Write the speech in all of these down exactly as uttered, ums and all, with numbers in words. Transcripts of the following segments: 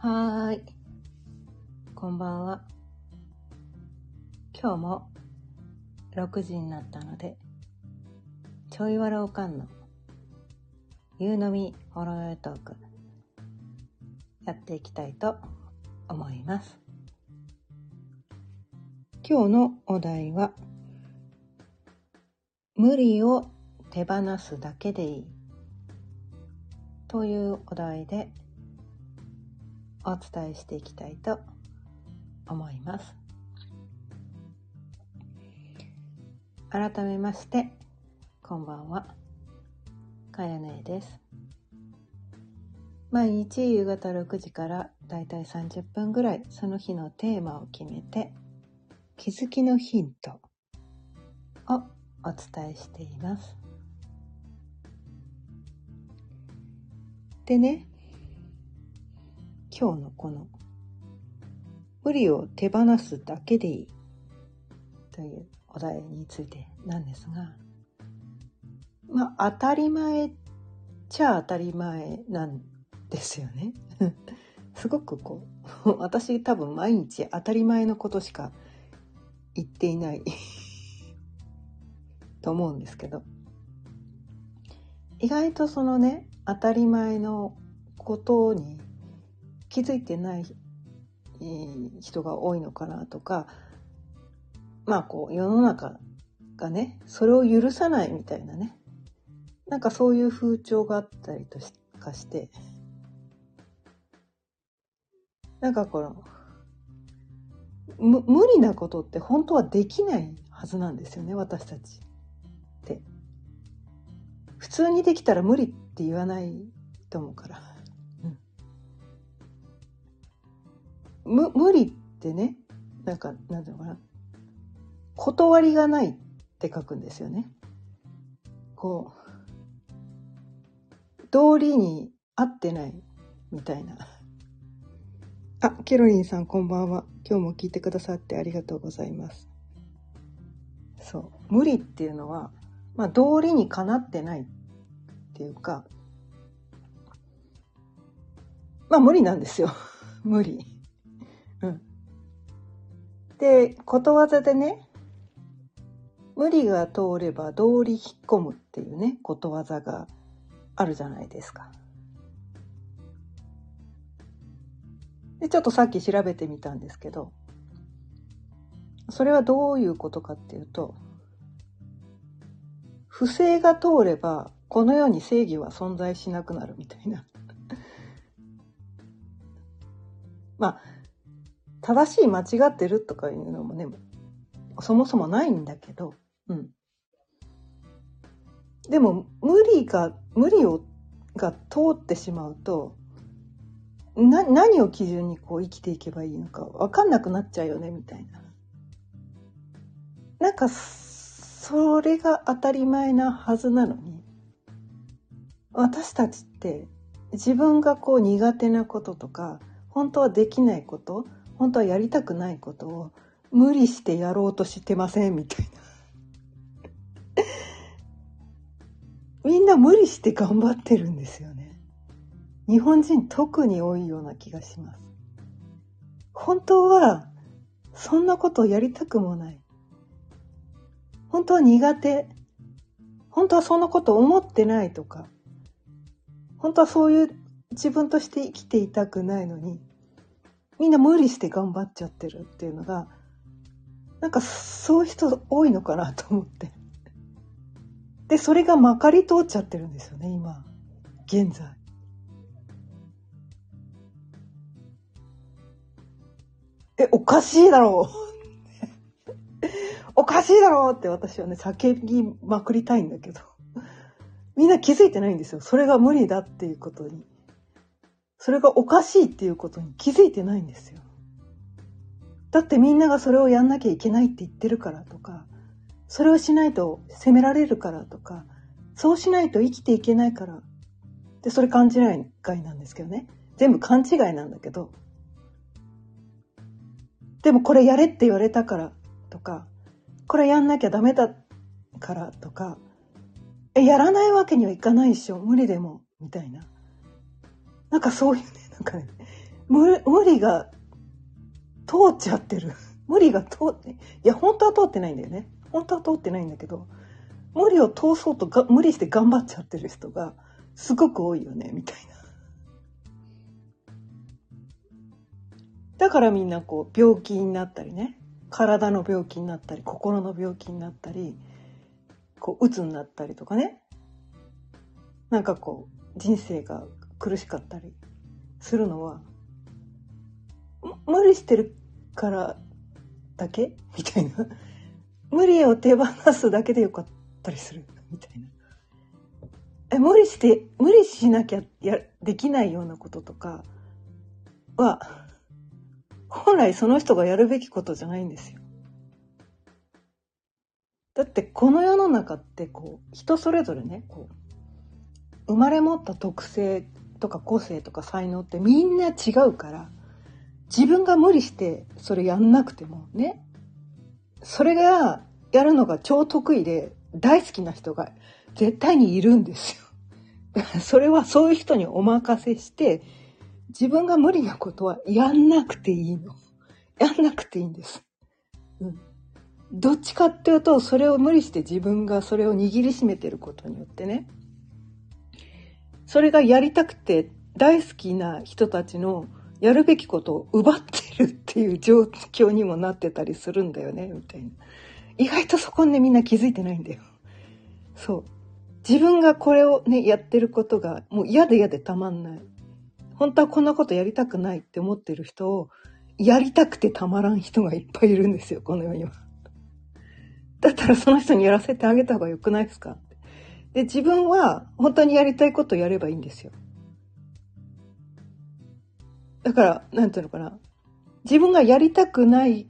はーい、こんばんは。今日もろくじになったので、ちょいわらおかんの夕飲みほろよいトークやっていきたいと思います。今日のお題は、無理を手放すだけでいいというお題でお伝えしていきたいと思います。改めましてこんばんは、かやねです。毎日夕方ろくじからだいたいさんじゅっぷんぐらい、その日のテーマを決めて気づきのヒントをお伝えしています。でね、今日のこの無理を手放すだけでいいというお題についてなんですが、まあ当たり前っちゃ当たり前なんですよね。すごくこう私多分毎日当たり前のことしか言っていないと思うんですけど、意外とそのね、当たり前のことに気づいてない人が多いのかなとか、まあこう世の中がね、それを許さないみたいなね、なんかそういう風潮があったりとかして、なんかこのむ無理なことって本当はできないはずなんですよね、私たちって。普通にできたら無理って言わないと思うから、うん、む無理ってね、なんかなんていうのかな、断りがないって書くんですよね。こう道理に合ってないみたいな。あ、ケロリンさんこんばんは。今日も聞いてくださってありがとうございます。そう、無理っていうのは、まあ道理にかなってないっていうか、まあ無理なんですよ。無理。うん。で、ことわざでね、無理が通れば道理引っ込むっていうね、ことわざがあるじゃないですか。で、ちょっとさっき調べてみたんですけど、それはどういうことかっていうと、不正が通ればこの世に正義は存在しなくなるみたいな。まあ正しい間違ってるとかいうのもね、そもそもないんだけど、うん。でも無理が無理をが通ってしまうと、な何を基準にこう生きていけばいいのか分かんなくなっちゃうよねみたいな。なんかそれが当たり前なはずなのに、私たちって自分がこう苦手なこととか、本当はできないこと、本当はやりたくないことを無理してやろうとしてませんみたいな。みんな無理して頑張ってるんですよね。日本人特に多いような気がします。本当はそんなことをやりたくもない。本当は苦手。本当はそんなこと思ってないとか、本当はそういう自分として生きていたくないのに、みんな無理して頑張っちゃってるっていうのが、なんかそういう人多いのかなと思って。で、それがまかり通っちゃってるんですよね、今現在。え、おかしいだろうおかしいだろうって私はね、叫びまくりたいんだけど、みんな気づいてないんですよ。それが無理だっていうことに、それがおかしいっていうことに気づいてないんですよ。だってみんながそれをやんなきゃいけないって言ってるからとか、それをしないと責められるからとか、そうしないと生きていけないから。で、それ勘違いなんですけどね。全部勘違いなんだけど。でもこれやれって言われたからとか、これやんなきゃダメだからとか、え、やらないわけにはいかないでしょ、無理でもみたいな。なんかそういうね、なんかね、 無無理が通っちゃってる。無理が通って、いや本当は通ってないんだよね。本当は通ってないんだけど、無理を通そうとが無理して頑張っちゃってる人がすごく多いよねみたいな。だからみんなこう病気になったりね、体の病気になったり心の病気になったり、こう鬱になったりとかね、なんかこう人生が苦しかったりするのは無理してるからだけみたいな。無理を手放すだけでよかったりするみたいな。え無理して無理しなきゃやできないようなこととかは本来その人がやるべきことじゃないんですよ。だってこの世の中ってこう人それぞれね、こう生まれ持った特性とか個性とか才能ってみんな違うから、自分が無理してそれやんなくてもね、それがやるのが超得意で大好きな人が絶対にいるんですよ。だからそれはそういう人にお任せして、自分が無理なことはやんなくていいの。やんなくていいんです。うん。どっちかっていうと、それを無理して自分がそれを握りしめてることによってね、それがやりたくて大好きな人たちのやるべきことを奪ってるっていう状況にもなってたりするんだよねみたいな。意外とそこにねみんな気づいてないんだよ。そう自分がこれをねやってることがもう嫌で嫌でたまんない、本当はこんなことやりたくないって思ってる人をやりたくてたまらん人がいっぱいいるんですよ、この世には。だったらその人にやらせてあげた方がよくないですか。で自分は本当にやりたいことをやればいいんですよ。だからなんていうのかな、自分がやりたくない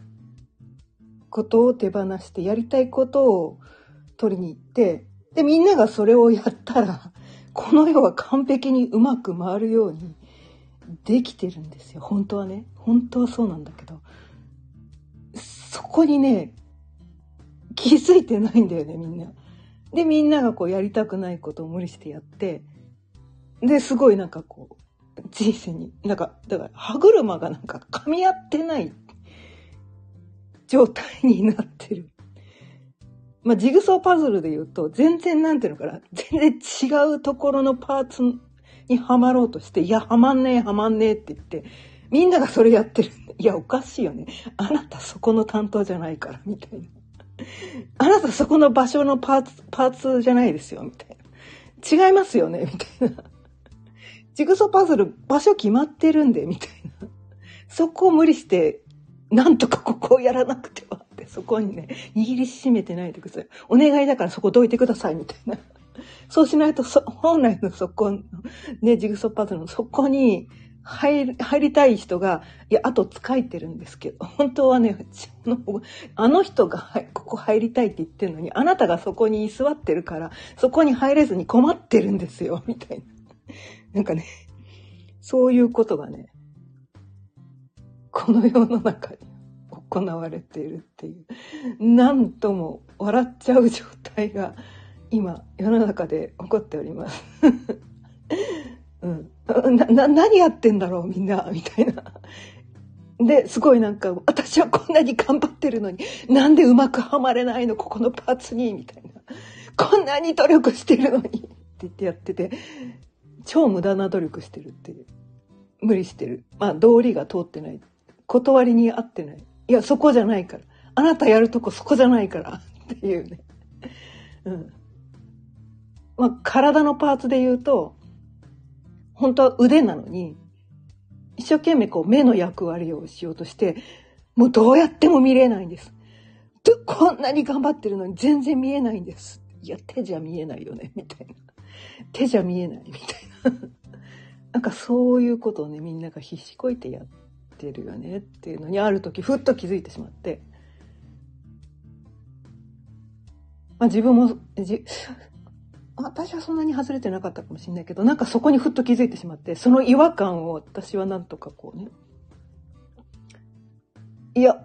ことを手放してやりたいことを取りに行って、でみんながそれをやったらこの世は完璧にうまく回るようにできてるんですよ。本当はね、本当はそうなんだけど、そこにね気づいてないんだよねみんな。でみんながこうやりたくないことを無理してやって、ですごいなんかこう人生になんかだから歯車がなんか噛み合ってない状態になってる。まあジグソーパズルで言うと全然なんていうのかな、全然違うところのパーツにはまろうとして、いやはまんねえはまんねえって言ってみんながそれやってる。いやおかしいよね、あなたそこの担当じゃないからみたいな。あなたそこの場所のパーツパーツじゃないですよみたいな。違いますよねみたいな。ジグソーパズル場所決まってるんでみたいな。そこを無理してなんとかここをやらなくてはって、そこにね握りしめてないでください。お願いだからそこどいてくださいみたいな。そうしないとそ本来のそこのねジグソーパズルのそこに入り、入りたい人がいやあと使いてるんですけど、本当はねあの人がここ入りたいって言ってるのにあなたがそこに居座ってるからそこに入れずに困ってるんですよみたいな。なんかね、そういうことがね、この世の中に行われているっていう、なんとも笑っちゃう状態が今世の中で起こっております。うん、なな何やってんだろうみんなみたいな。ですごいなんか私はこんなに頑張ってるのになんでうまくはまれないのここのパーツにみたいな。こんなに努力してるのにって言ってやってて。超無駄な努力してるっていう、無理してる、まあ道理が通ってない、断りに合ってない、いやそこじゃないから、あなたやるとこそこじゃないからっていうね、うん、まあ体のパーツで言うと本当は腕なのに一生懸命こう目の役割をしようとしてもうどうやっても見れないんです。こんなに頑張ってるのに全然見えないんです。いや手じゃ見えないよねみたいな、手じゃ見えないみたいななんかそういうことをねみんなが必死こいてやってるよねっていうのにある時ふっと気づいてしまって、まあ自分もじ私はそんなに外れてなかったかもしれないけど、なんかそこにふっと気づいてしまって、その違和感を私はなんとかこうね、いや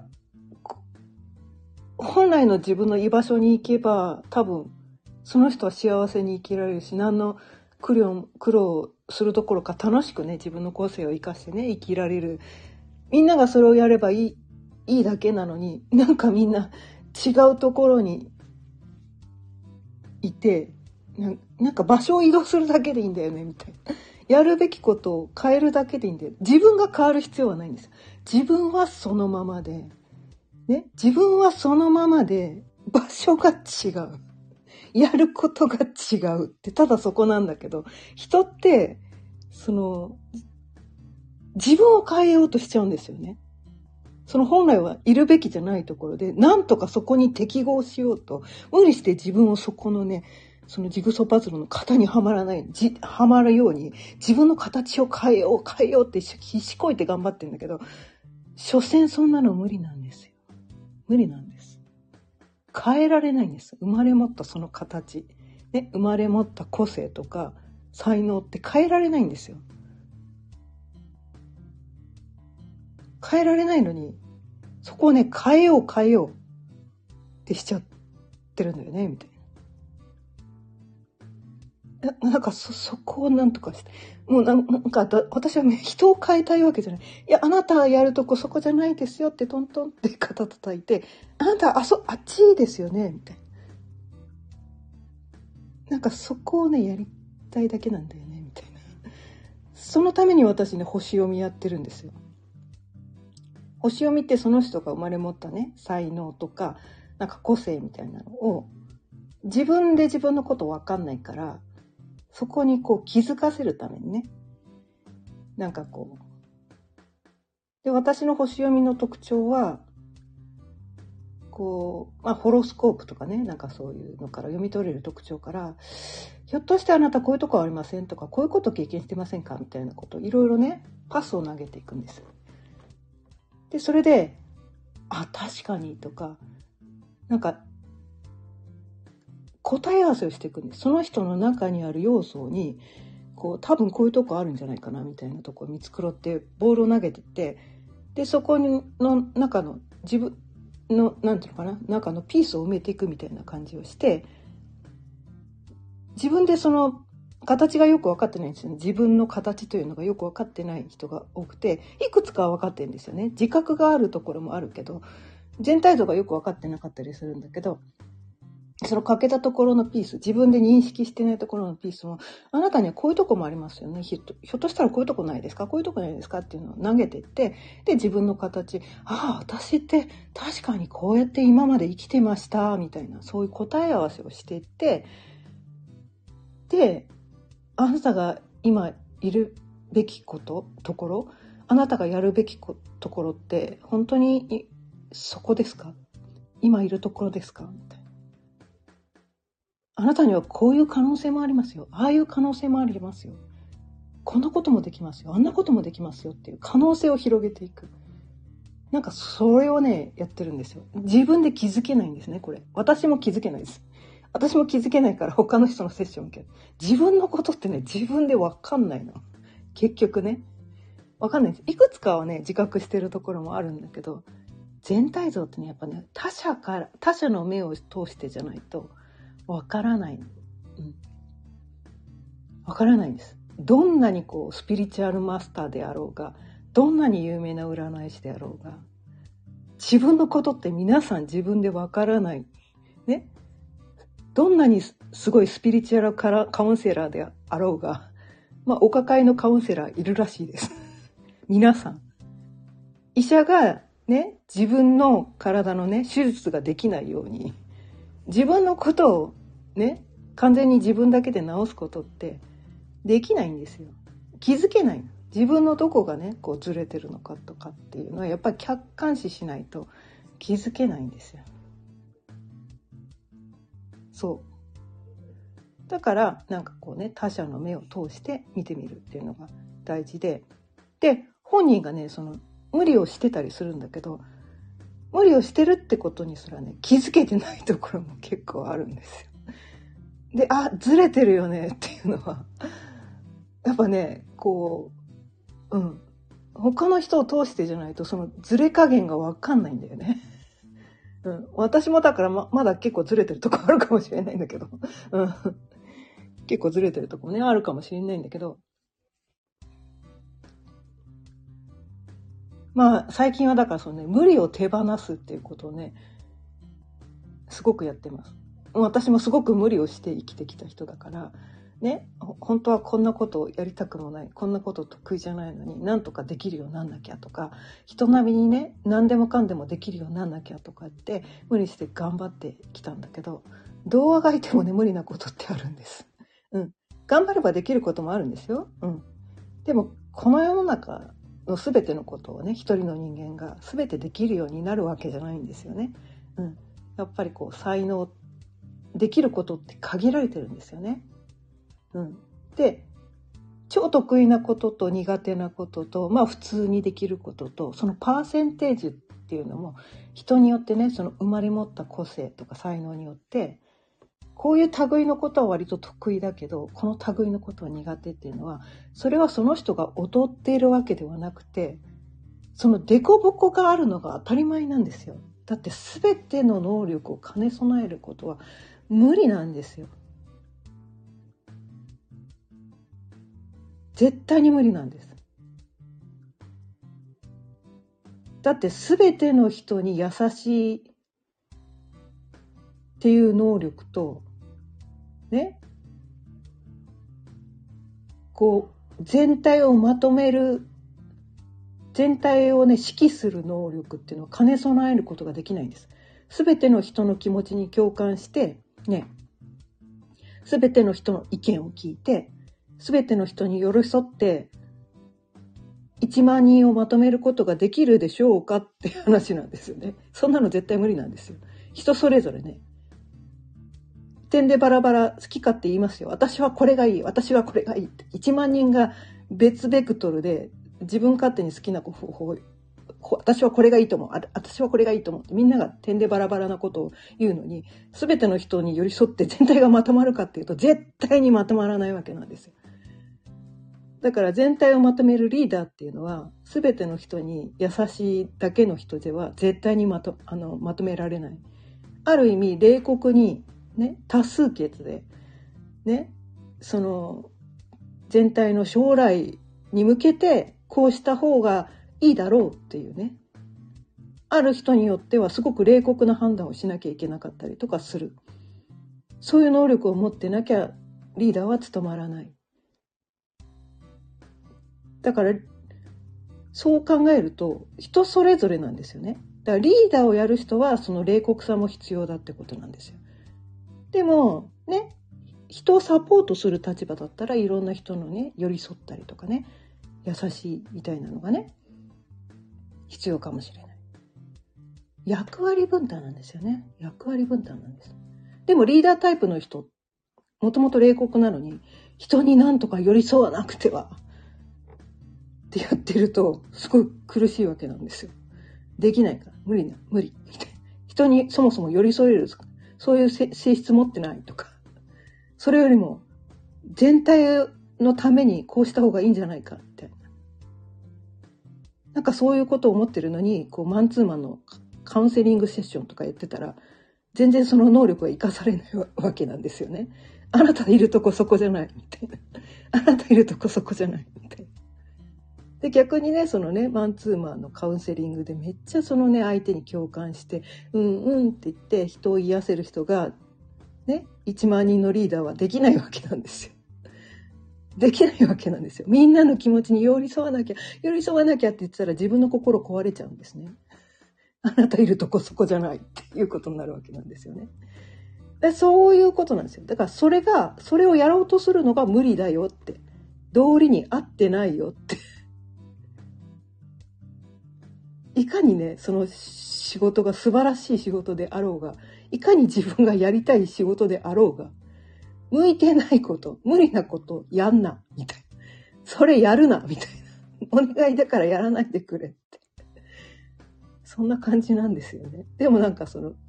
本来の自分の居場所に行けば多分その人は幸せに生きられるし、何の苦労苦労するどころか楽しくね、自分の個性を生かしてね、生きられる。みんながそれをやればいい、いいだけなのに、なんかみんな違うところにいて、な、なんか場所を移動するだけでいいんだよね、みたいな。やるべきことを変えるだけでいいんだよ。自分が変わる必要はないんです。自分はそのままで、ね、自分はそのままで、場所が違う。やることが違うって、ただそこなんだけど、人って、その、自分を変えようとしちゃうんですよね。その本来はいるべきじゃないところで、なんとかそこに適合しようと、無理して自分をそこのね、そのジグソーパズルの型にはまらない、じはまるように、自分の形を変えよう、変えようって必死こいて頑張ってるんだけど、所詮そんなの無理なんですよ。無理なんです。変えられないんです。生まれ持ったその形、ね、生まれ持った個性とか才能って変えられないんですよ。変えられないのに、そこをね、変えよう変えようってしちゃってるんだよね、みたいな。な、なんかそ、そこをなんとかして。もうな、なんかだ、私は、ね、人を変えたいわけじゃない。いや、あなたやるとこそこじゃないですよってトントンって肩叩いて、あなた、あそ、あっちですよね、みたいな。なんかそこをね、やりたいだけなんだよね、みたいな。そのために私ね、星読みやってるんですよ。星読みってその人が生まれ持ったね、才能とか、なんか個性みたいなのを、自分で自分のこと分かんないから、そこにこう気づかせるためにね、なんかこう。で、私の星読みの特徴は、こう、まあ、ホロスコープとかね、なんかそういうのから読み取れる特徴から、ひょっとしてあなたこういうとこありませんとか、こういうこと経験してませんかみたいなことをいろいろね、パスを投げていくんです。で、それで、あ、確かにとか、なんか、答え合わせをしていくんです。その人の中にある要素に、こう、多分こういうとこあるんじゃないかな、みたいなとこを見繕って、ボールを投げてって、で、そこの中の自分の、なんていうのかな、中のピースを埋めていくみたいな感じをして、自分でその形がよく分かってないんですよね。自分の形というのがよく分かってない人が多くて、いくつかは分かってるんですよね。自覚があるところもあるけど、全体像がよく分かってなかったりするんだけど、その欠けたところのピース、自分で認識してないところのピースも、あなたにはこういうとこもありますよね。ひょ、ひょっとしたらこういうとこないですか、こういうとこないですかっていうのを投げていって、で、自分の形、ああ、私って確かにこうやって今まで生きてました、みたいな、そういう答え合わせをしていって、で、あなたが今いるべきこと、ところ、あなたがやるべきところって、本当にそこですか、今いるところですかみたいな。あなたにはこういう可能性もありますよ。ああいう可能性もありますよ。こんなこともできますよ。あんなこともできますよっていう可能性を広げていく。なんかそれをね、やってるんですよ。自分で気づけないんですね、これ。私も気づけないです。私も気づけないから他の人のセッション受ける。自分のことってね、自分でわかんないの。結局ね。わかんないです。いくつかはね、自覚してるところもあるんだけど、全体像ってね、やっぱね、他者から、他者の目を通してじゃないと、わからない。うん。わからないんです。どんなにこう、スピリチュアルマスターであろうが、どんなに有名な占い師であろうが、自分のことって皆さん自分でわからない。ね。どんなにすごいスピリチュアルカカウンセラーであろうが、まあ、お抱えのカウンセラーいるらしいです。皆さん。医者がね、自分の体のね、手術ができないように、自分のことをね、完全に自分だけで治すことってできないんですよ。気づけない。自分のどこがね、こうずれてるのかとかっていうのはやっぱり客観視しないと気づけないんですよ。そう。だからなんかこうね、他者の目を通して見てみるっていうのが大事で、で、本人がね、その無理をしてたりするんだけど、無理をしてるってことにすらね、気づけてないところも結構あるんですよ。で、あ、ずれてるよねっていうのは、やっぱね、こう、うん。他の人を通してじゃないと、そのずれ加減がわかんないんだよね。うん。私もだからま、まだ結構ずれてるとこあるかもしれないんだけど。うん。結構ずれてるとこね、あるかもしれないんだけど、 まあ最近はだからそのね、無理を手放すっていうことをね、すごくやってます。私もすごく無理をして生きてきた人だからね、本当はこんなことをやりたくもない、こんなこと得意じゃないのになんとかできるようになんなきゃとか、人並みにね何でもかんでもできるようになんなきゃとかって無理して頑張ってきたんだけど、どうあがいてもね無理なことってあるんです。うん、頑張ればできることもあるんですよ。うん、でもこの世の中の全てのことをね、一人の人間が全てできるようになるわけじゃないんですよね。うん、やっぱりこう才能できることって限られてるんですよね。うん、で超得意なことと苦手なことと、まあ普通にできることと、そのパーセンテージっていうのも人によってね、その生まれ持った個性とか才能によって、こういう類のことは割と得意だけど、この類のことは苦手っていうのは、それはその人が劣っているわけではなくて、その凸凹があるのが当たり前なんですよ。だって全ての能力を兼ね備えることは無理なんですよ。絶対に無理なんです。だって全ての人に優しいっていう能力とね、こう全体をまとめる、全体をね指揮する能力っていうのは兼ね備えることができないんです。全ての人の気持ちに共感してね、全ての人の意見を聞いて、全ての人に寄り添っていちまん人をまとめることができるでしょうかって話なんですよね。そんなの絶対無理なんですよ。人それぞれね、点でバラバラ好き勝手言いますよ。私はこれがいい、私はこれがいいって。いちまん人が別ベクトルで自分勝手に好きな方法、私はこれがいいと思う、私はこれがいいと思うって、みんなが点でバラバラなことを言うのに、全ての人に寄り添って全体がまとまるかっていうと絶対にまとまらないわけなんですよ。だから全体をまとめるリーダーっていうのは、全ての人に優しいだけの人では絶対にまと、あの、まとめられない。ある意味冷酷にね、多数決でね、その全体の将来に向けてこうした方がいいだろうっていうね、ある人によってはすごく冷酷な判断をしなきゃいけなかったりとかする。そういう能力を持ってなきゃリーダーは務まらない。だからそう考えると人それぞれなんですよね。だからリーダーをやる人はその冷酷さも必要だってことなんですよ。でもね、人をサポートする立場だったらいろんな人のね寄り添ったりとかね、優しいみたいなのがね必要かもしれない。役割分担なんですよね。役割分担なんです。でもリーダータイプの人、もともと冷酷なのに人に何とか寄り添わなくてはってやってるとすごい苦しいわけなんですよ。できないから、無理な無理みたいな。人にそもそも寄り添えるそういう性質持ってないとか、それよりも全体のためにこうした方がいいんじゃないかみたいな、なんかそういうことを思ってるのに、こうマンツーマンのカウンセリングセッションとかやってたら全然その能力は生かされないわけなんですよね。あなたいるとこそこじゃないみたいな、あなたいるとこそこじゃないみたいな。で逆にね、そのねマンツーマンのカウンセリングでめっちゃそのね相手に共感してうんうんって言って人を癒せる人がね、いちまん人のリーダーはできないわけなんですよ。できないわけなんですよ。みんなの気持ちに寄り添わなきゃ寄り添わなきゃって言ってたら自分の心壊れちゃうんですね。あなたいるとこそこじゃないっていうことになるわけなんですよね。でそういうことなんですよ。だからそれがそれをやろうとするのが無理だよって、道理に合ってないよっていかにねその仕事が素晴らしい仕事であろうが、いかに自分がやりたい仕事であろうが、向いてないこと、無理なことやんなみたいな、それやるなみたいな、お願いだからやらないでくれって、そんな感じなんですよね。でもなんかその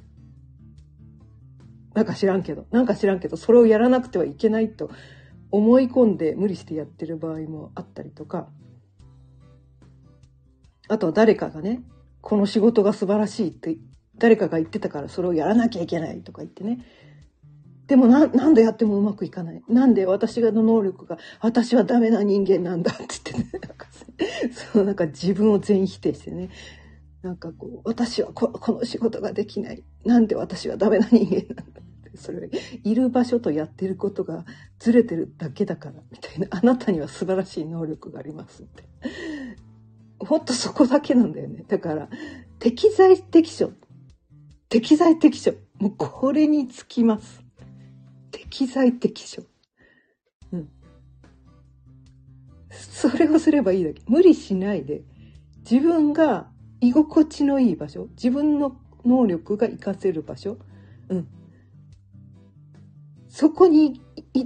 なんか知らんけどなんか知らんけどそれをやらなくてはいけないと思い込んで無理してやってる場合もあったりとか、あとは誰かがねこの仕事が素晴らしいって誰かが言ってたからそれをやらなきゃいけないとか言ってね、でも な, なんでやってもうまくいかない、なんで私の能力が、私はダメな人間なんだって言ってね、なんかそう、なんか自分を全否定してね。なんかこう、私は こ, この仕事ができない。なんで私はダメな人間なんだって。それ、いる場所とやってることがずれてるだけだから、みたいな。あなたには素晴らしい能力がありますって。ほんとそこだけなんだよね。だから、適材適所。適材適所。もうこれにつきます。適材適所。うん。それをすればいいだけ。無理しないで、自分が居心地のいい場所、自分の能力が活かせる場所、うん。そこに行って、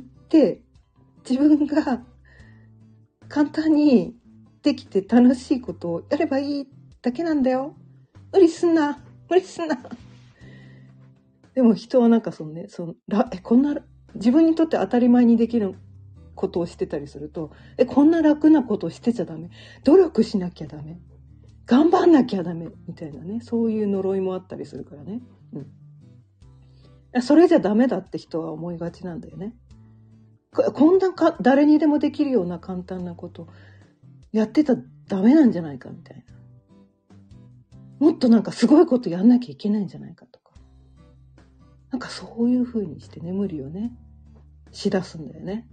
自分が簡単にできて楽しいことをやればいいだけなんだよ。無理すんな。無理すんな。でも人はなんかそのね、そのらえこんな自分にとって当たり前にできることをしてたりすると、えこんな楽なことをしてちゃダメ。努力しなきゃダメ。頑張んなきゃダメみたいなね、そういう呪いもあったりするからね。うん。それじゃダメだって人は思いがちなんだよね。ここんなか誰にでもできるような簡単なことやってたらダメなんじゃないかみたいな。もっとなんかすごいことやんなきゃいけないんじゃないかとか。なんかそういう風にしてね、無理をね、しだすんだよね。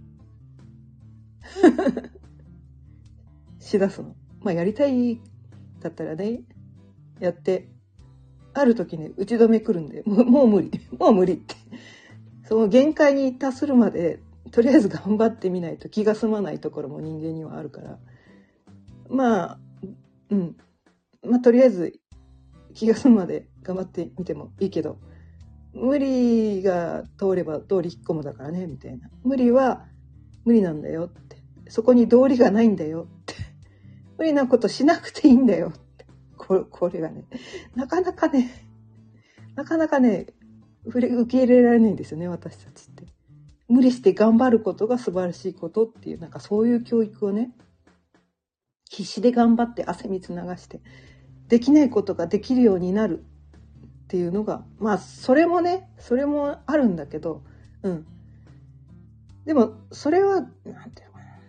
しだすの。まあやりたいだったらね、やって、ある時ね、打ち止め来るんで、もう、もう無理、もう無理って。その限界に達するまで、とりあえず頑張ってみないと気が済まないところも人間にはあるから。まあ、うん。まあとりあえず気が済むまで頑張ってみてもいいけど、無理が通れば道理引っ込むだからね、みたいな。無理は無理なんだよって。そこに道理がないんだよって。無理なことしなくていいんだよって。これ、これがね、なかなかね、なかなかね、受け入れられないんですよね、私たちって。無理して頑張ることが素晴らしいことっていう、なんかそういう教育をね、必死で頑張って汗水流して、できないことができるようになるっていうのが、まあそれもね、それもあるんだけど、うん。でもそれは、なんていうのかな。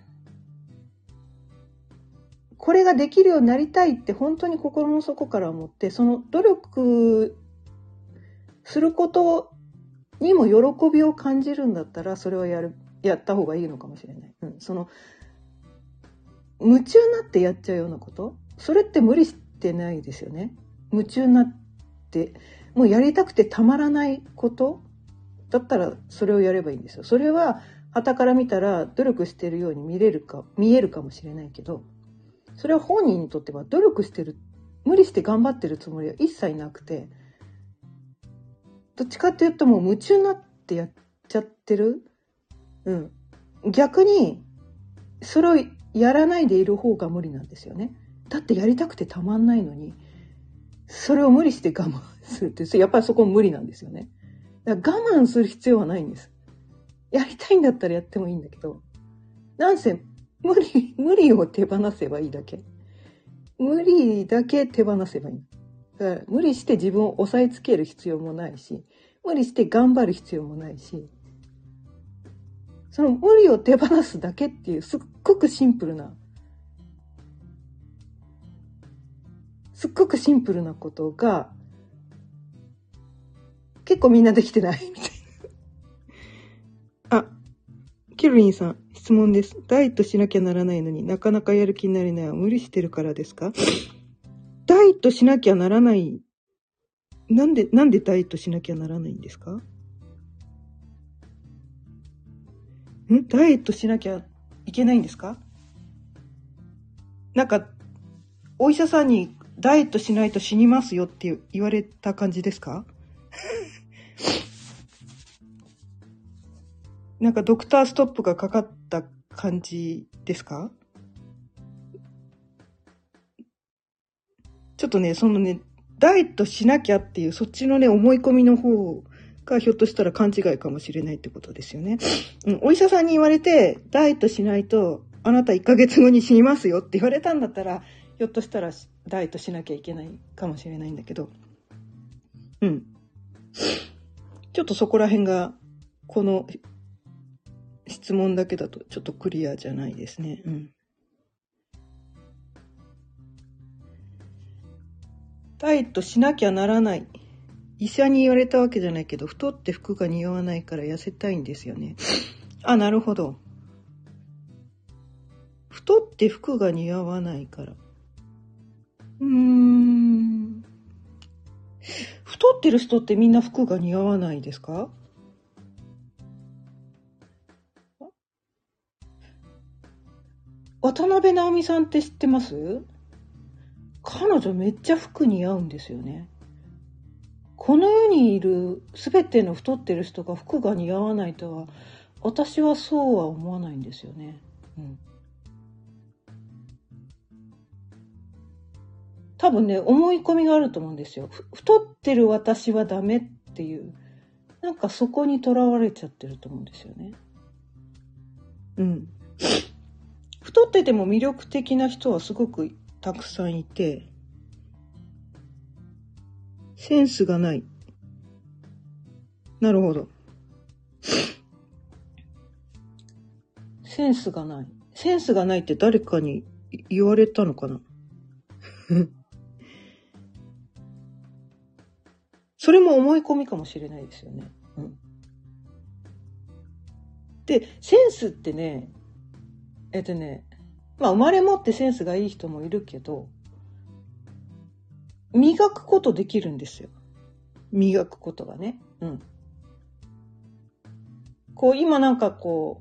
これができるようになりたいって本当に心の底から思って、その努力することにも喜びを感じるんだったら、それはやる、やった方がいいのかもしれない。うん。その、夢中になってやっちゃうようなこと、それって無理してないですよね。夢中になってもうやりたくてたまらないことだったらそれをやればいいんですよ。それは傍から見たら努力してるように見れるか見えるかもしれないけど、それは本人にとっては努力してる、無理して頑張ってるつもりは一切なくて、どっちかっていうともう夢中になってやっちゃってる。うん。逆にそれをやらないでいる方が無理なんですよね。だってやりたくてたまんないのに、それを無理して我慢するって、やっぱりそこ無理なんですよね。だから我慢する必要はないんです。やりたいんだったらやってもいいんだけど、なんせ無理、無理を手放せばいいだけ。無理だけ手放せばいい。だから無理して自分を抑えつける必要もないし、無理して頑張る必要もないし、その無理を手放すだけっていうすっごくシンプルな、すっごくシンプルなことが結構みんなできてないみたいな。あ、キルリンさん、質問です。ダイエットしなきゃならないのになかなかやる気になれないは無理してるからですか？ダイエットしなきゃならない。なんで、なんでダイエットしなきゃならないんですか？んダイエットしなきゃいけないんですか？なんか、お医者さんにダイエットしないと死にますよって言われた感じですか？なんかドクターストップがかかった感じですか？ちょっとね、そのね、ダイエットしなきゃっていうそっちのね、思い込みの方がひょっとしたら勘違いかもしれないってことですよね。うん、お医者さんに言われて、ダイエットしないとあなたいっかげつごに死にますよって言われたんだったら、ひょっとしたらダイエットしなきゃいけないかもしれないんだけど、うん。ちょっとそこら辺が、この質問だけだとちょっとクリアじゃないですね。うん。 ダイエットしなきゃならない。医者に言われたわけじゃないけど、太って服が似合わないから痩せたいんですよね。あ、なるほど。太って服が似合わないから。うーん。太ってる人ってみんな服が似合わないですか？渡辺直美さんって知ってます？彼女めっちゃ服似合うんですよね。この世にいるすべての太ってる人が服が似合わないとは、私はそうは思わないんですよね。うん。多分ね、思い込みがあると思うんですよ。太ってる私はダメっていう、なんかそこにとらわれちゃってると思うんですよね。うん。太ってても魅力的な人はすごくたくさんいて、センスがない。なるほど。センスがない。センスがないって誰かに言われたのかなそれも思い込みかもしれないですよね。うん、で、センスってね、えっとね、まあ生まれ持ってセンスがいい人もいるけど、磨くことできるんですよ。磨くことがね。うん。こう今なんかこ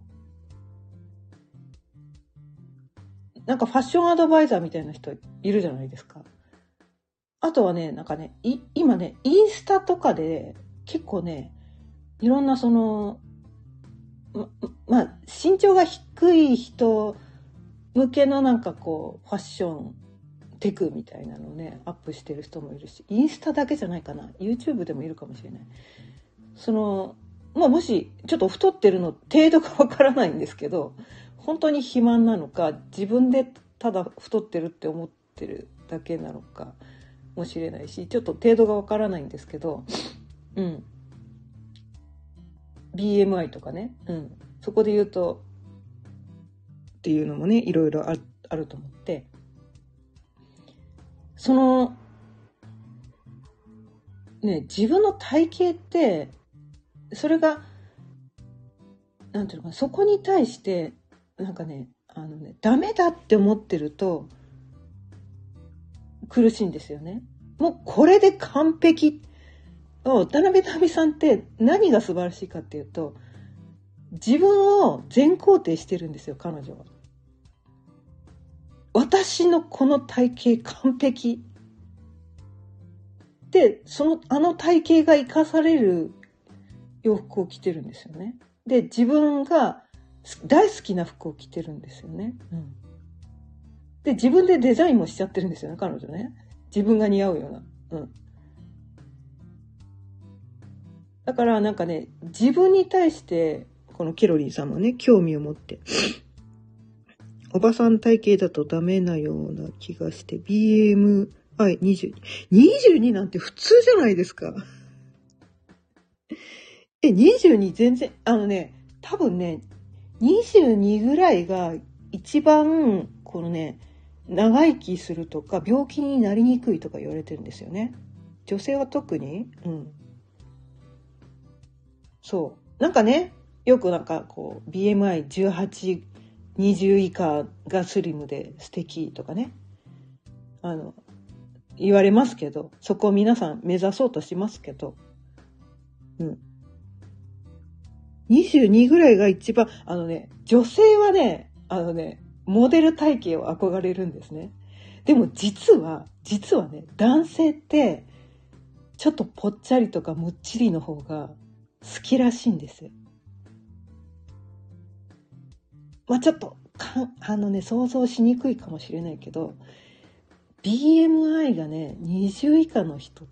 う、なんかファッションアドバイザーみたいな人いるじゃないですか。あとはね、なんかね、い今ね、インスタとかで結構ね、いろんなその、ま、まあ、身長が低い人向けのなんかこう、ファッションテクみたいなのをね、アップしてる人もいるし、インスタだけじゃないかな。YouTube でもいるかもしれない。その、まあもし、ちょっと太ってるの程度がわからないんですけど、本当に肥満なのか、自分でただ太ってるって思ってるだけなのかもしれないし、ちょっと程度がわからないんですけど、うん。ビーエムアイ とかね、うん。そこで言うと、っていうのもね、いろいろある、あると思って、その、ね、自分の体型って、それが、なんていうのかな、そこに対して、なんかね、あのね、ダメだって思ってると、苦しいんですよね。もうこれで完璧。渡辺直美さんって何が素晴らしいかっていうと、自分を全肯定してるんですよ、彼女は。私のこの体型完璧。で、その、あの体型が生かされる洋服を着てるんですよね。で、自分が大好きな服を着てるんですよね。うん。で、自分でデザインもしちゃってるんですよね、彼女ね。自分が似合うような。うん。だからなんかね、自分に対して、このケロリーさんもね、興味を持って、おばさん体型だとダメなような気がして、ビーエムアイにじゅうに。にじゅうになんて普通じゃないですか。え、にじゅうに全然、あのね、多分ね、にじゅうにぐらいが一番、このね、長生きするとか、病気になりにくいとか言われてるんですよね。女性は特に、うん。そう。なんかね、よくなんかこう、ビーエムアイじゅうはち、にじゅう以下がスリムで素敵とかね。あの、言われますけど、そこを皆さん目指そうとしますけど、うん。にじゅうにぐらいが一番、あのね、女性はね、あのね、モデル体型を憧れるんですね。でも実は、実はね、男性って、ちょっとぽっちゃりとかもっちりの方が好きらしいんですよ。まあちょっと、かあのね、想像しにくいかもしれないけど、ビーエムアイ がね、にじゅう以下の人って、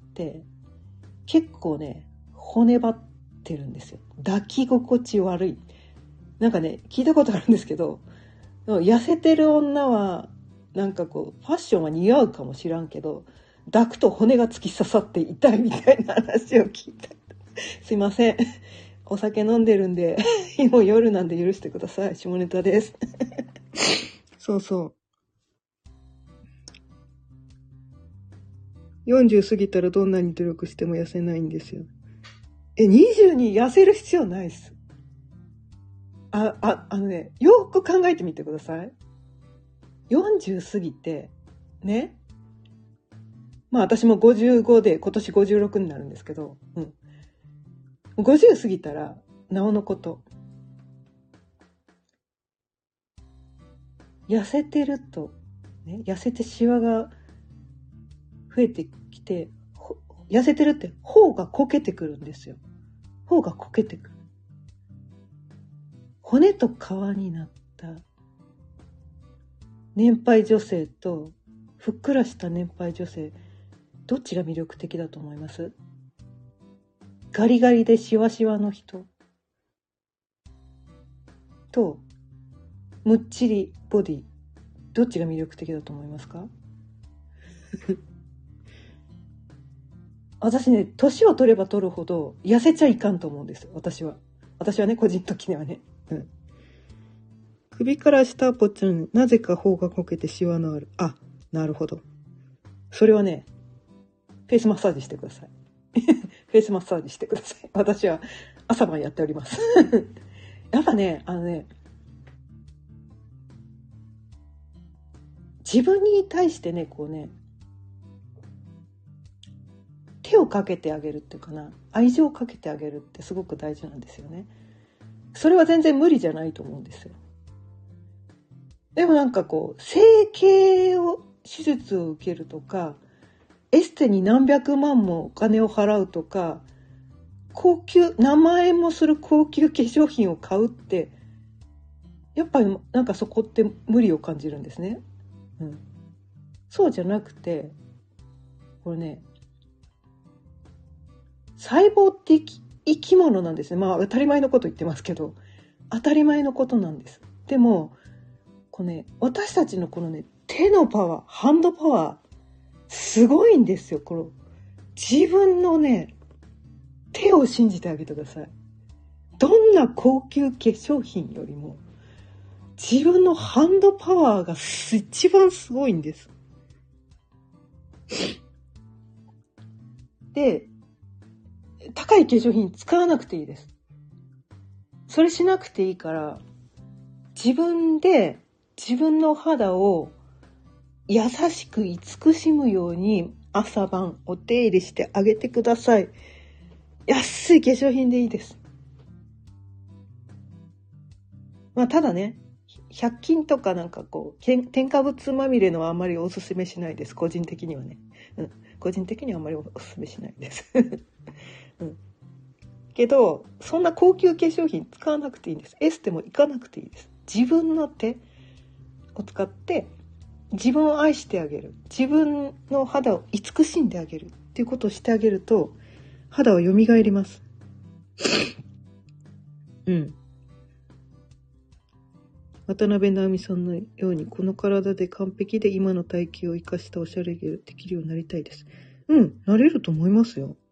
結構ね、骨張ってるんですよ。抱き心地悪い。なんかね、聞いたことあるんですけど、痩せてる女は、なんかこう、ファッションは似合うかもしらんけど、抱くと骨が突き刺さって痛いみたいな話を聞いた。すいません。お酒飲んでるんで、もう夜なんで許してください。下ネタです。そうそう。 よんじゅう過ぎたらどんなに努力しても痩せないんですよ。え、にじゅうに痩せる必要ないっす。あ、あ、あのね、よく考えてみてください。よんじゅう過ぎて、ね。まあ私もごじゅうごで今年ごじゅうろくになるんですけど、うん。ごじゅう過ぎたら、なおのこと。痩せてると、ね、痩せてシワが増えてきて、痩せてるって頬がこけてくるんですよ。頬がこけてくる。骨と皮になった年配女性とふっくらした年配女性、どっちが魅力的だと思います？ガリガリでシワシワの人とむっちりボディ、どっちが魅力的だと思いますか？私ね、年を取れば取るほど痩せちゃいかんと思うんですよ。私は。私はね、個人的にはね。うん。首から下ぽっちゃん、なぜか頬がこけてシワのある。あ、なるほど。それはね、フェイスマッサージしてください。フェイスマッサージしてください。私は朝晩やっております。やっぱね、あのね、自分に対してね、こうね、手をかけてあげるっていうかな、愛情をかけてあげるってすごく大事なんですよね。それは全然無理じゃないと思うんですよ。でもなんかこう、整形を、手術を受けるとか、エステに何百万もお金を払うとか、高級、何万円もする高級化粧品を買うって、やっぱりなんかそこって無理を感じるんですね。うん。そうじゃなくて、これね、細胞って生き、生き物なんですね。まあ当たり前のこと言ってますけど、当たり前のことなんです。でも、このね、私たちのこのね、手のパワー、ハンドパワー、すごいんですよ。この自分のね、手を信じてあげてください。どんな高級化粧品よりも、自分のハンドパワーが一番すごいんです。で、高い化粧品使わなくていいです。それしなくていいから、自分で自分の肌を優しく慈しむように朝晩お手入れしてあげてください。安い化粧品でいいです。まあただね、ひゃく均とかなんかこう添加物まみれのはあまりおすすめしないです。個人的にはね。うん、個人的にはあまりおすすめしないです。うん、けどそんな高級化粧品使わなくていいんです。エステも行かなくていいです。自分の手を使って自分を愛してあげる、自分の肌を慈しんであげるっていうことをしてあげると肌は蘇ります。うん。渡辺直美さんのようにこの体で完璧で今の体型を生かしたおしゃれができるようになりたいです。うん、なれると思いますよ。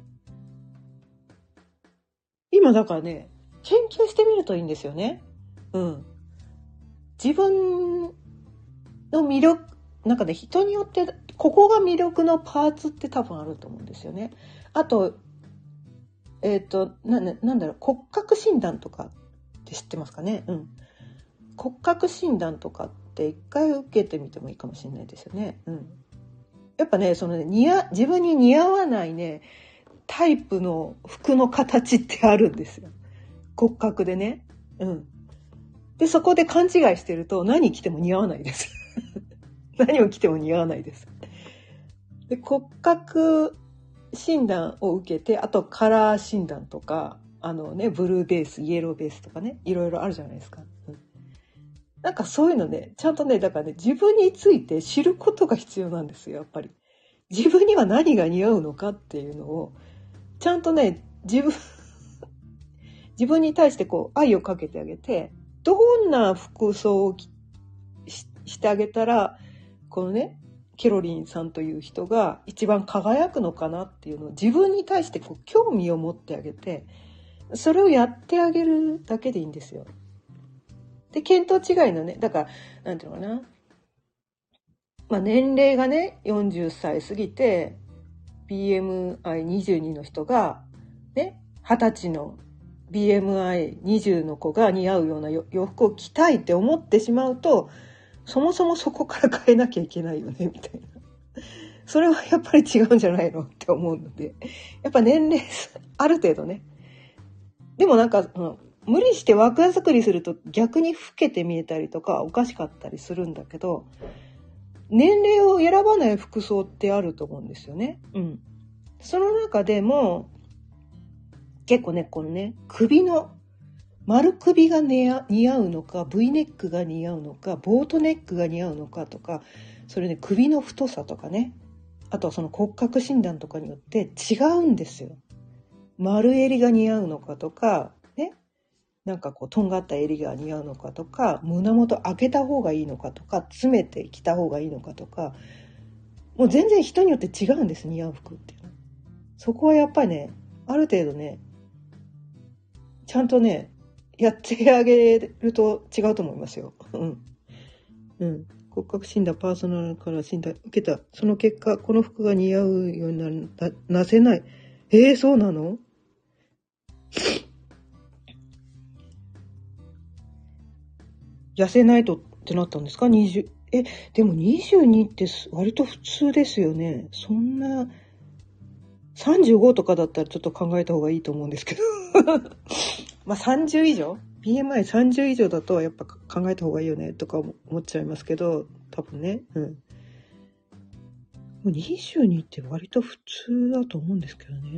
今だからね、研究してみるといいんですよね。うん。自分の魅力、なんかね、人によってここが魅力のパーツって多分あると思うんですよね。あと、えっと、な、なんだろう、骨格診断とかって知ってますかね。うん。骨格診断とかって一回受けてみてもいいかもしれないですよね。うん。やっぱね、そのね、似合、自分に似合わないね、タイプの服の形ってあるんですよ。骨格でね。うん。で、そこで勘違いしてると何着ても似合わないです。何を着ても似合わないです。で、骨格診断を受けて、あとカラー診断とか、あのね、ブルーベース、イエローベースとかね、いろいろあるじゃないですか。うん、なんかそういうのね、ちゃんとね、だからね、自分について知ることが必要なんですよ、やっぱり。自分には何が似合うのかっていうのを、ちゃんとね、自分、自分に対してこう愛をかけてあげて、どんな服装を し, してあげたら、このね、ケロリンさんという人が一番輝くのかなっていうのを自分に対してこう興味を持ってあげて、それをやってあげるだけでいいんですよ。で、見当違いのね、だから、なんていうのかな。まあ年齢がね、よんじゅっさい過ぎて、 ビーエムアイにじゅうに の人が、ね、はたちの ビーエムアイにじゅう の子が似合うような洋服を着たいって思ってしまうと、そもそもそこから変えなきゃいけないよねみたいな。それはやっぱり違うんじゃないのって思うので、やっぱ年齢ある程度ね。でもなんか、うん、無理して枠作りすると逆に老けて見えたりとかおかしかったりするんだけど、年齢を選ばない服装ってあると思うんですよね。うん。その中でも結構ね、このね、首の丸首が似合うのか、V ネックが似合うのか、ボートネックが似合うのかとか、それね、首の太さとかね、あとはその骨格診断とかによって違うんですよ。丸襟が似合うのかとか、ね、なんかこうとんがった襟が似合うのかとか、胸元開けた方がいいのかとか、詰めて着た方がいいのかとか、もう全然人によって違うんです、似合う服っていうの。そこはやっぱりね、ある程度ね、ちゃんとね、やってあげると違うと思いますよ。うん。うん。骨格診断、パーソナルから診断受けた。その結果、この服が似合うようになる、なせない。えー、そうなの？痩せないとってなったんですか？ にじゅう。え、でもにじゅうにって割と普通ですよね。そんな、さんじゅうごとかだったらちょっと考えた方がいいと思うんですけど。まあさんじゅう以上 ビーエムアイさんじゅう 以上だとやっぱ考えた方がいいよねとか思っちゃいますけど、多分ね。うん。にじゅうにって割と普通だと思うんですけどね。うん、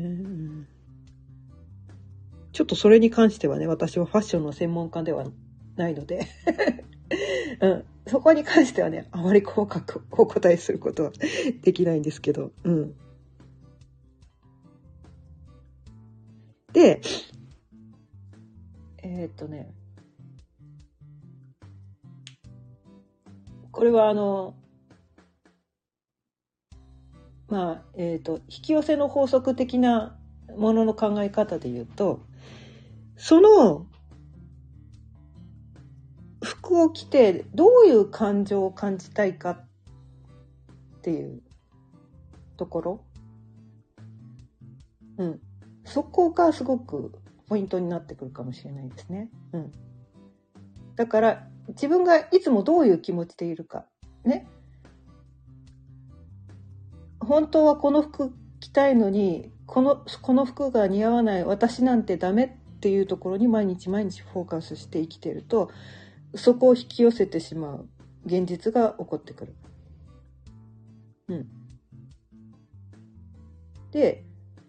ちょっとそれに関してはね、私はファッションの専門家ではないので、うん、そこに関してはね、あまり細かくお答えすることはできないんですけど。うん、で、えー、っとね、これはあの、まあ、えー、っと、引き寄せの法則的なものの考え方で言うと、その服を着てどういう感情を感じたいかっていうところ、うん、そこがすごくポイントになってくるかもしれないですね。うん、だから自分がいつもどういう気持ちでいるかね。本当はこの服着たいのにこのこの服が似合わない、私なんてダメっていうところに毎日毎日フォーカスして生きてると、そこを引き寄せてしまう現実が起こってくる。うん、で、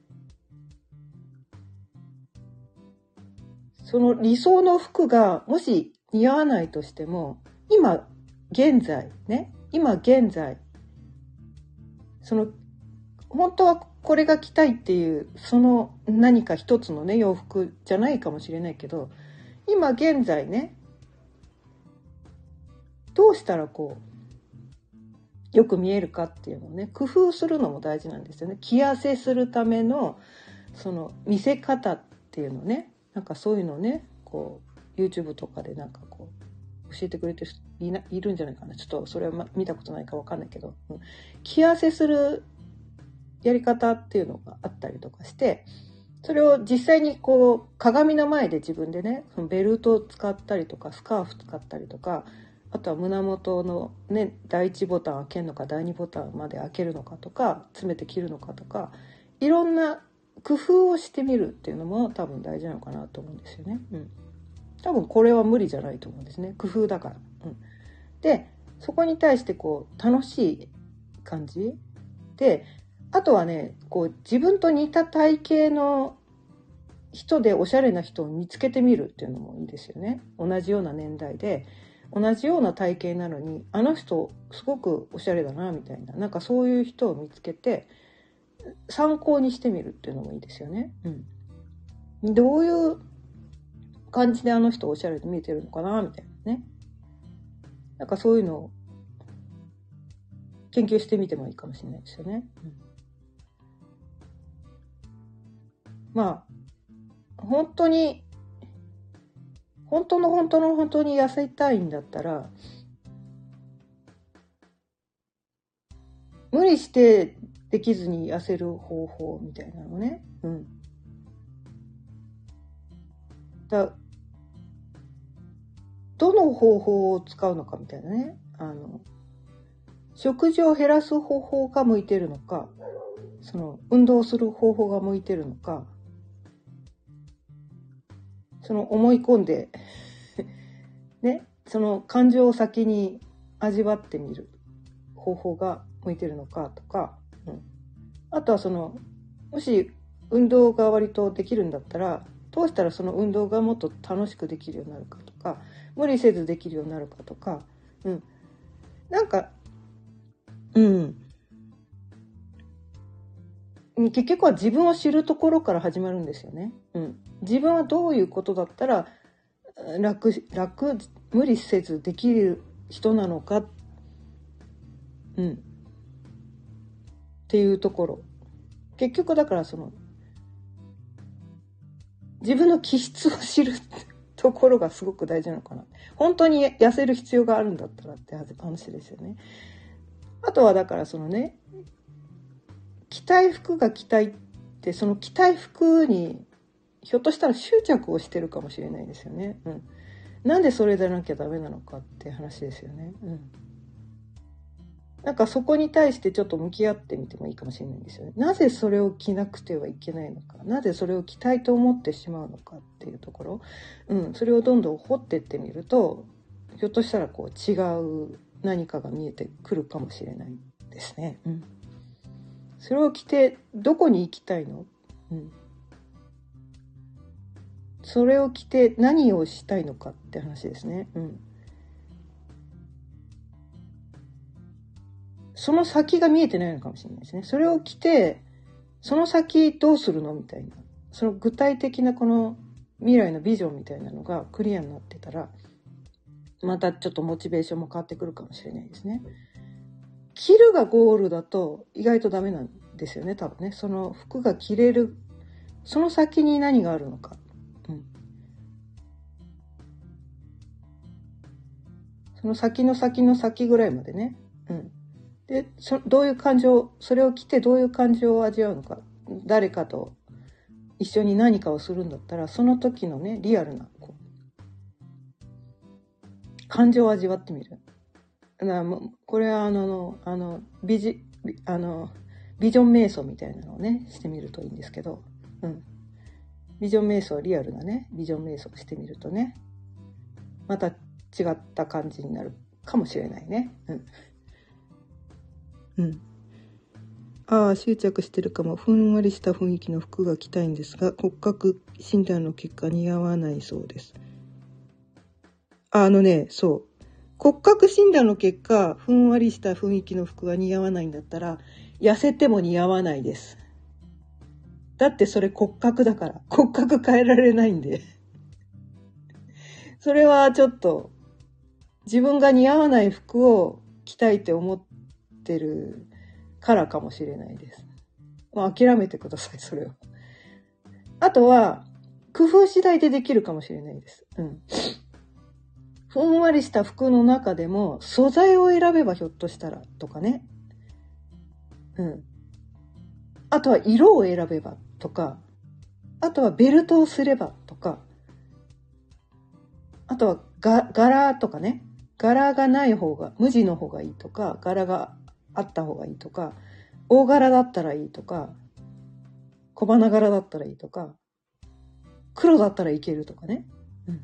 その理想の服がもし似合わないとしても、今現在ね、今現在、その本当はこれが着たいっていうその何か一つのね洋服じゃないかもしれないけど、今現在ね、どうしたらこうよく見えるかっていうのをね、工夫するのも大事なんですよね。着痩せするためのその見せ方っていうのね、なんかそういうのね、こう YouTube とかでなんかこう教えてくれてる人 い, ないるんじゃないかな。ちょっとそれは見たことないか分かんないけど、うん、着痩せするやり方っていうのがあったりとかして、それを実際にこう鏡の前で自分でね、そのベルトを使ったりとかスカーフ使ったりとか、あとは胸元のね、第一ボタン開けるのか第二ボタンまで開けるのかとか、詰めて切るのかとか、いろんな工夫をしてみるっていうのも多分大事なのかなと思うんですよね。うん、多分これは無理じゃないと思うんですね。工夫だから。うん、で、そこに対してこう楽しい感じで、あとはね、こう自分と似た体型の人でおしゃれな人を見つけてみるっていうのもいいですよね。同じような年代で同じような体型なのに、あの人すごくおしゃれだなみたいな、なんかそういう人を見つけて参考にしてみるっていうのもいいですよね。うん、どういう感じであの人おしゃれで見えてるのかなみたいなね。なんかそういうのを研究してみてもいいかもしれないですよね。うん、まあ本当に本当の本当の本当に痩せたいんだったら、無理してできずに痩せる方法みたいなのね。うん。だどの方法を使うのかみたいなね。あの、食事を減らす方法が向いてるのか、その運動する方法が向いてるのか、その思い込んでね、その感情を先に味わってみる方法が向いてるのかとか、うん、あとはそのもし運動が割とできるんだったら、どうしたらその運動がもっと楽しくできるようになるかとか、無理せずできるようになるかとか、うん、なんか、うん、結局は自分を知るところから始まるんですよね。うん、自分はどういうことだったら楽楽無理せずできる人なのか、うん、っていうところ。結局だからその自分の気質を知るところがすごく大事なのかな。本当に痩せる必要があるんだったらって話ですよね。あとはだからそのね、着たい服が着たいってその着たい服にひょっとしたら執着をしてるかもしれないですよね。うん。なんでそれでなきゃダメなのかって話ですよね。うん。なんかそこに対してちょっと向き合ってみてもいいかもしれないんですよね。なぜそれを着なくてはいけないのか、なぜそれを着たいと思ってしまうのかっていうところ、うん、それをどんどん掘っていってみると、ひょっとしたらこう違う何かが見えてくるかもしれないですね。うん、それを着てどこに行きたいの？うん、それを着て何をしたいのかって話ですね。うん、その先が見えてないのかもしれないですね。それを着てその先どうするのみたいな、その具体的なこの未来のビジョンみたいなのがクリアになってたら、またちょっとモチベーションも変わってくるかもしれないですね。着るがゴールだと意外とダメなんですよね、多分ね。その服が着れる、その先に何があるのか。うん、その先の先の先ぐらいまでね。うん、でそどういう感情、それを着てどういう感情を味わうのか。誰かと一緒に何かをするんだったら、その時のね、リアルなこう感情を味わってみる。だからもうこれはあのあのビジあのビジョン瞑想みたいなのをねしてみるといいんですけど、うん、ビジョン瞑想、リアルなねビジョン瞑想してみるとね、また違った感じになるかもしれないね。うん。うん。ああ、執着してるかも。ふんわりした雰囲気の服が着たいんですが、骨格診断の結果似合わないそうです。あのね、そう。骨格診断の結果、ふんわりした雰囲気の服が似合わないんだったら、痩せても似合わないです。だってそれ骨格だから。骨格変えられないんで。それはちょっと、自分が似合わない服を着たいって思ってるからかもしれないです。まあ諦めてください、それは。あとは、工夫次第でできるかもしれないです。うん。ふんわりした服の中でも素材を選べばひょっとしたらとかね。うん。あとは色を選べばとか、あとはベルトをすればとか、あとはが柄とかね。柄がない方が、無地の方がいいとか、柄があった方がいいとか、大柄だったらいいとか、小花柄だったらいいとか、黒だったらいけるとかね。うん。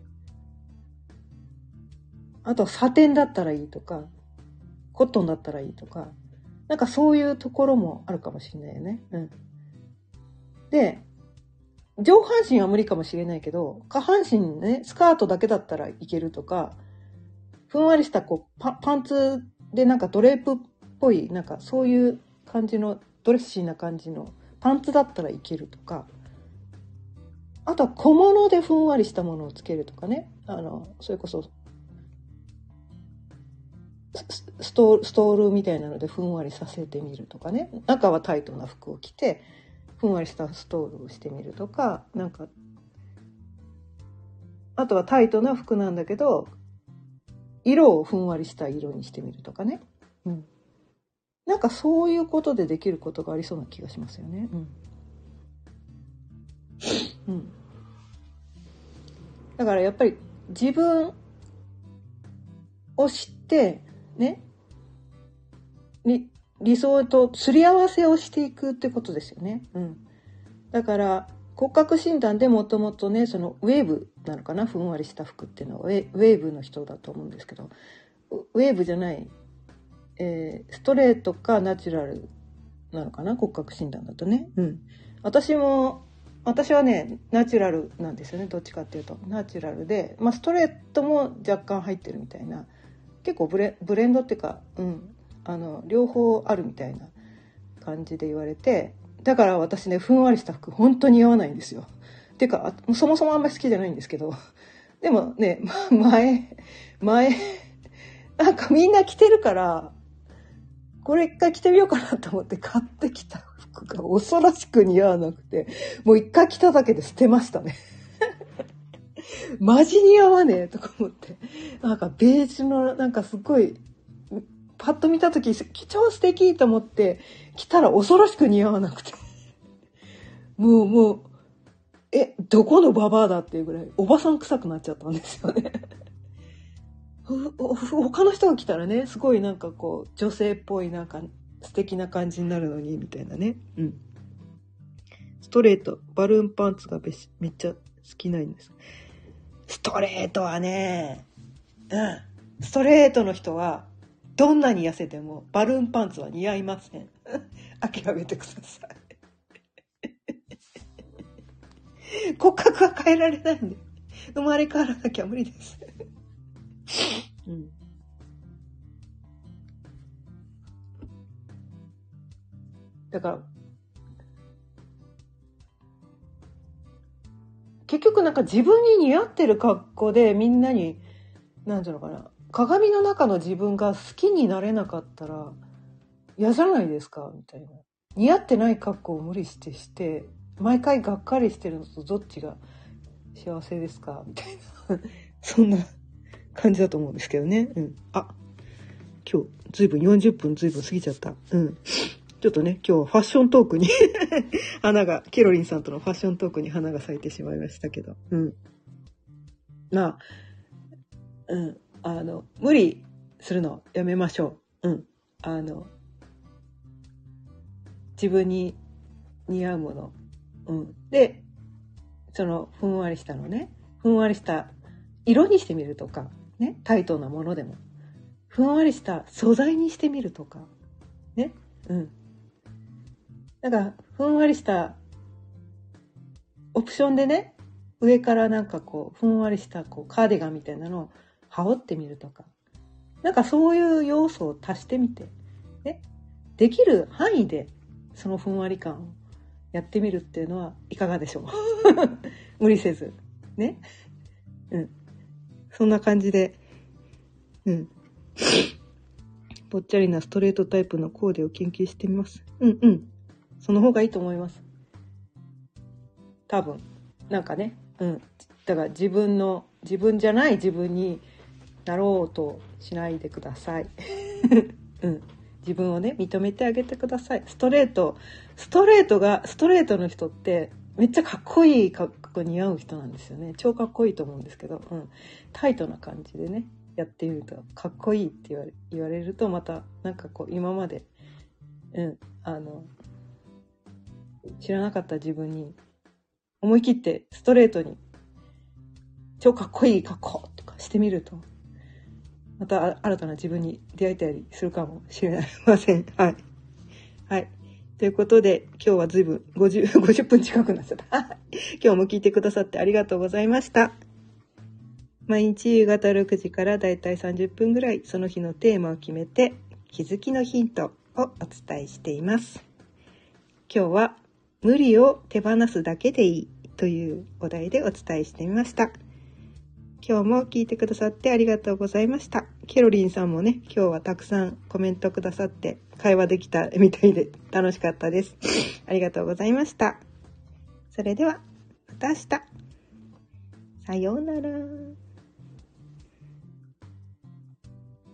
あとはサテンだったらいいとか、コットンだったらいいとか、なんかそういうところもあるかもしれないよね。うん。で、上半身は無理かもしれないけど、下半身ね、スカートだけだったらいけるとか、ふんわりしたこう パ, パンツでなんかドレープっぽい、なんかそういう感じのドレッシーな感じのパンツだったらいけるとか、あとは小物でふんわりしたものをつけるとかね。あの、それこそストストールみたいなのでふんわりさせてみるとかね。中はタイトな服を着てふんわりしたストールをしてみるとか、なんかあとはタイトな服なんだけど色をふんわりした色にしてみるとかね。うん。 なんかそういうことでできることがありそうな気がしますよね。うん。うん。だからやっぱり自分を知ってね、理、理想とすり合わせをしていくってことですよね。うん。だから骨格診断でもともとね、そのウェーブなのかな、ふんわりした服っていうのはウェ、ウェーブの人だと思うんですけど、ウェーブじゃない、えー、ストレートかナチュラルなのかな、骨格診断だとね。うん。私も私はねナチュラルなんですよね。どっちかっていうとナチュラルで、まあ、ストレートも若干入ってるみたいな、結構ブレ、ブレンドっていうか、うん、あの両方あるみたいな感じで言われて、だから私ねふんわりした服本当に似合わないんですよ。っていうかそもそもあんまり好きじゃないんですけど、でもね、ま、前前なんかみんな着てるからこれ一回着てみようかなと思って買ってきた服が恐ろしく似合わなくて、もう一回着ただけで捨てましたね。マジ似合わねえとか思って、なんかベージュのなんかすごいパッと見た時超素敵と思って着たら恐ろしく似合わなくて、もうもうえどこのババアだっていうぐらいおばさん臭くなっちゃったんですよね。他の人が来たらねすごいなんかこう女性っぽいなんか素敵な感じになるのにみたいなね。うん。ストレートバルーンパンツがめっちゃ好きなんです。ストレートはね、うん、ストレートの人はどんなに痩せてもバルーンパンツは似合いません。諦めてください。骨格は変えられないんで、生まれ変わらなきゃ無理です。うん、だから結局なんか自分に似合ってる格好でみんなに何ていうのかな、鏡の中の自分が好きになれなかったら嫌じゃないですかみたいな。似合ってない格好を無理してして毎回がっかりしてるのとどっちが幸せですかみたいなそんな感じだと思うんですけどね。うん。あ、今日ずいぶんよんじゅっぷんずいぶん過ぎちゃった。うん。ちょっとね今日はファッショントークに花がケロリンさんとのファッショントークに花が咲いてしまいましたけど、うん。まあ、うん、あの無理するのやめましょう。うん。あの自分に似合うもの、うん、でそのふんわりしたのね、ふんわりした色にしてみるとかね、タイトなものでもふんわりした素材にしてみるとかね、うん。だからふんわりしたオプションでね、上からなんかこうふんわりしたこうカーディガンみたいなのを羽織ってみるとか、なんかそういう要素を足してみて、ね、できる範囲でそのふんわり感をやってみるっていうのはいかがでしょう。無理せずね、うん、そんな感じで、うん、ぽっちゃりなストレートタイプのコーデを研究してみます。うんうん、その方がいいと思います。多分なんかね、うん、だから自分の自分じゃない自分になろうとしないでください。うん、自分をね認めてあげてください。ストレートストレートがストレートの人ってめっちゃかっこいい格好似合う人なんですよね。超かっこいいと思うんですけど、うん、タイトな感じでねやってみるとかっこいいって言われ、言われるとまたなんかこう今まで、うん、あの知らなかった自分に思い切ってストレートに超かっこいい格好とかしてみるとまた新たな自分に出会えたりするかもしれません。はい。はい。ということで、今日はずいぶんごじゅう、ごじゅっぷん近くなっちゃった。今日も聞いてくださってありがとうございました。毎日夕方ろくじからだいたいさんじゅっぷんぐらい、その日のテーマを決めて、気づきのヒントをお伝えしています。今日は、無理を手放すだけでいいというお題でお伝えしてみました。今日も聞いてくださってありがとうございました。ケロリンさんもね、今日はたくさんコメントくださって会話できたみたいで楽しかったです。ありがとうございました。それではまた明日。さようなら。